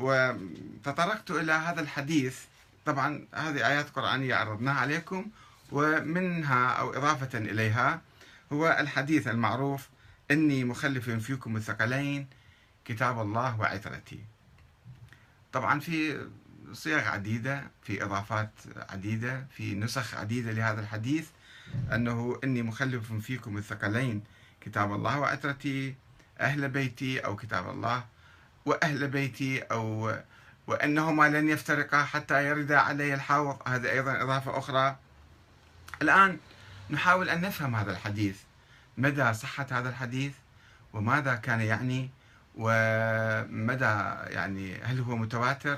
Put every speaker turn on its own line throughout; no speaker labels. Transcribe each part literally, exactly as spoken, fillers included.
وتطرقت إلى هذا الحديث. طبعا هذه آيات قرآنية عرضناها عليكم، ومنها أو إضافة إليها هو الحديث المعروف: إني مخلف فيكم الثقلين كتاب الله وعترتي. طبعا في صيغ عديدة، في إضافات عديدة، في نسخ عديدة لهذا الحديث، أنه إني مخلف فيكم الثقلين كتاب الله وعترتي، أهل بيتي، أو كتاب الله وأهل بيتي، أو وأنهما لن يفترقا حتى يردا علي الحوض. هذا أيضا إضافة أخرى. الآن نحاول أن نفهم هذا الحديث، مدى صحة هذا الحديث، وماذا كان يعني، ومدى يعني هل هو متواتر،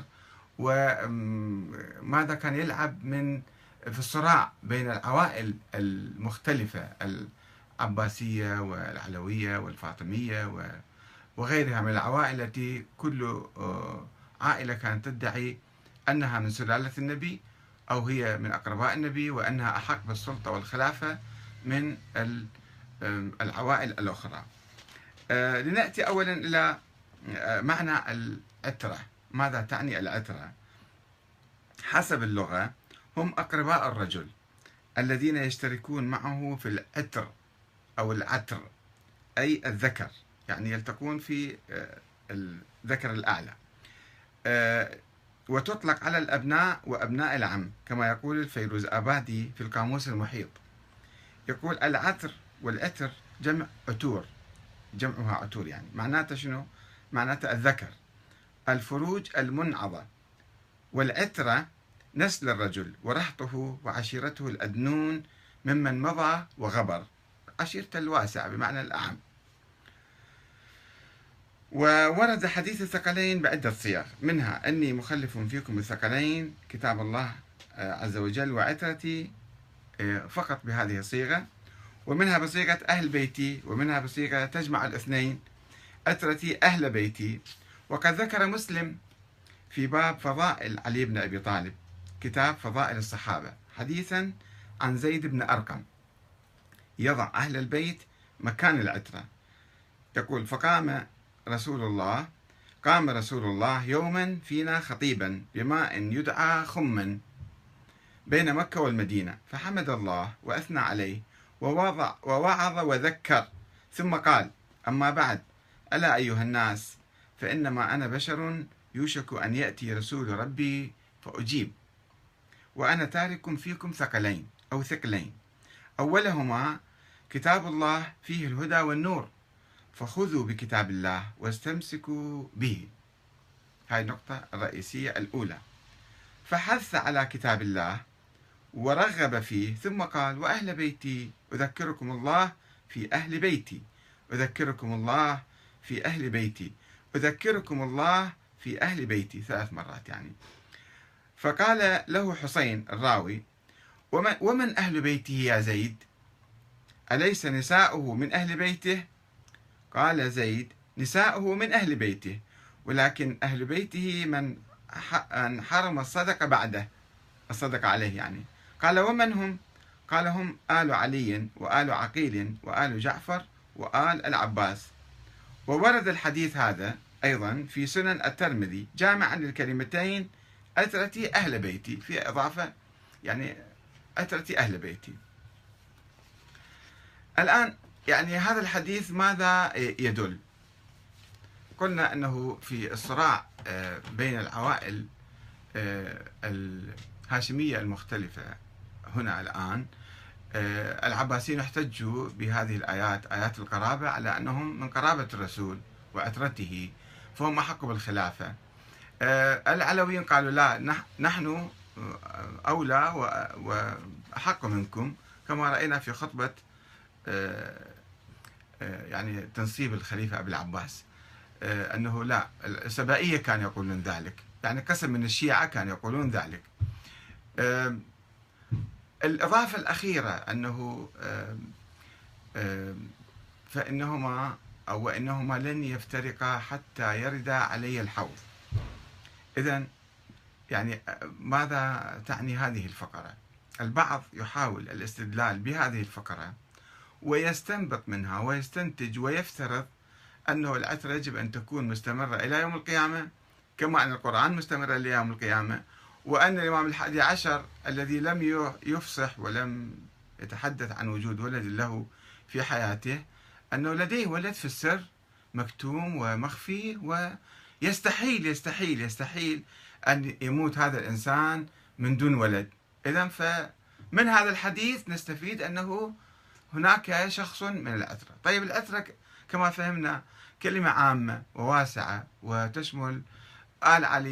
وماذا كان يلعب من في الصراع بين العوائل المختلفة، العباسية والعلوية والفاطمية وغيرها من العوائل، التي كل عائلة كانت تدعي أنها من سلالة النبي، أو هي من أقرباء النبي، وأنها أحق بالسلطة والخلافة من العوائل الأخرى. لنأتي أولا إلى معنى العترة. ماذا تعني العترة؟ حسب اللغة هم أقرباء الرجل الذين يشتركون معه في العتر أو العتر، أي الذكر، يعني يلتقون في الذكر الأعلى. وتطلق على الأبناء وأبناء العم، كما يقول الفيروز آبادي في القاموس المحيط. يقول العتر والعتر جمع عتور، جمعها عتور، يعني معناته شنو؟ معناته الذكر، الفروج المنعضة. والعترة نسل الرجل ورهطه وعشيرته الأدنون ممن مضى وغبر، عشيرته الواسعة بمعنى الأعم. وورد حديث الثقلين بعدة صيغ، منها أني مخلف فيكم الثقلين كتاب الله عز وجل وعترتي، فقط بهذه الصيغة، ومنها بصيغة أهل بيتي، ومنها بصيغة تجمع الاثنين، عترتي أهل بيتي. وقد ذكر مسلم في باب فضائل علي بن أبي طالب، كتاب فضائل الصحابة، حديثا عن زيد بن أرقم يضع أهل البيت مكان العترة. يقول: فقام رسول الله قام رسول الله يوما فينا خطيبا بماء يدعى خما بين مكة والمدينة، فحمد الله وأثنى عليه ووضع ووعظ وذكر، ثم قال: أما بعد، ألا أيها الناس، فإنما أنا بشر يوشك أن يأتي رسول ربي فأجيب، وأنا تارك فيكم ثقلين أو ثقلين، أولهما كتاب الله فيه الهدى والنور، فخذوا بكتاب الله واستمسكوا به. هاي النقطة الرئيسية الأولى. فحث على كتاب الله ورغب فيه، ثم قال: وأهل بيتي أذكركم الله في أهل بيتي، أذكركم الله في أهل بيتي، أذكركم الله في أهل بيتي، ثلاث مرات يعني. فقال له حسين الراوي: ومن, ومن أهل بيته يا زيد؟ أليس نساؤه من أهل بيته؟ قال زيد: نساؤه من أهل بيته، ولكن أهل بيته من حرم الصدقة بعده، الصدقة عليه يعني. قال: ومن هم؟ قال: هم آل علي وآل عقيل وآل جعفر وآل العباس. وورد الحديث هذا أيضا في سنن الترمذي جامعا للكلمتين عترتي أهل بيتي، في إضافة يعني عترتي أهل بيتي. الآن يعني هذا الحديث ماذا يدل؟ قلنا أنه في الصراع بين العوائل الهاشمية المختلفة هنا الآن، العباسيين احتجوا بهذه الآيات، آيات القرابة، على أنهم من قرابة الرسول وعترته، فهم أحق بالخلافة. العلويين قالوا: لا، نحن أولى وأحق منكم، كما رأينا في خطبة يعني تنصيب الخليفة أبي العباس، أنه لا، السبائية كانوا يقولون ذلك، يعني قسم من الشيعة كانوا يقولون ذلك. الإضافة الأخيرة أنه فإنهما أو وإنهما لن يفترقا حتى يردا علي الحوض. إذن يعني ماذا تعني هذه الفقرة؟ البعض يحاول الاستدلال بهذه الفقرة ويستنبط منها ويستنتج ويفترض أنه العترة يجب أن تكون مستمرة إلى يوم القيامة، كما أن القرآن مستمر إلى يوم القيامة، وأن الإمام الحادي عشر الذي لم يفصح ولم يتحدث عن وجود ولد له في حياته، أنه لديه ولد في السر مكتوم ومخفي، ويستحيل يستحيل يستحيل أن يموت هذا الإنسان من دون ولد. إذن فمن هذا الحديث نستفيد أنه هناك شخص من العترة. طيب العترة كما فهمنا كلمة عامة وواسعة وتشمل آل علي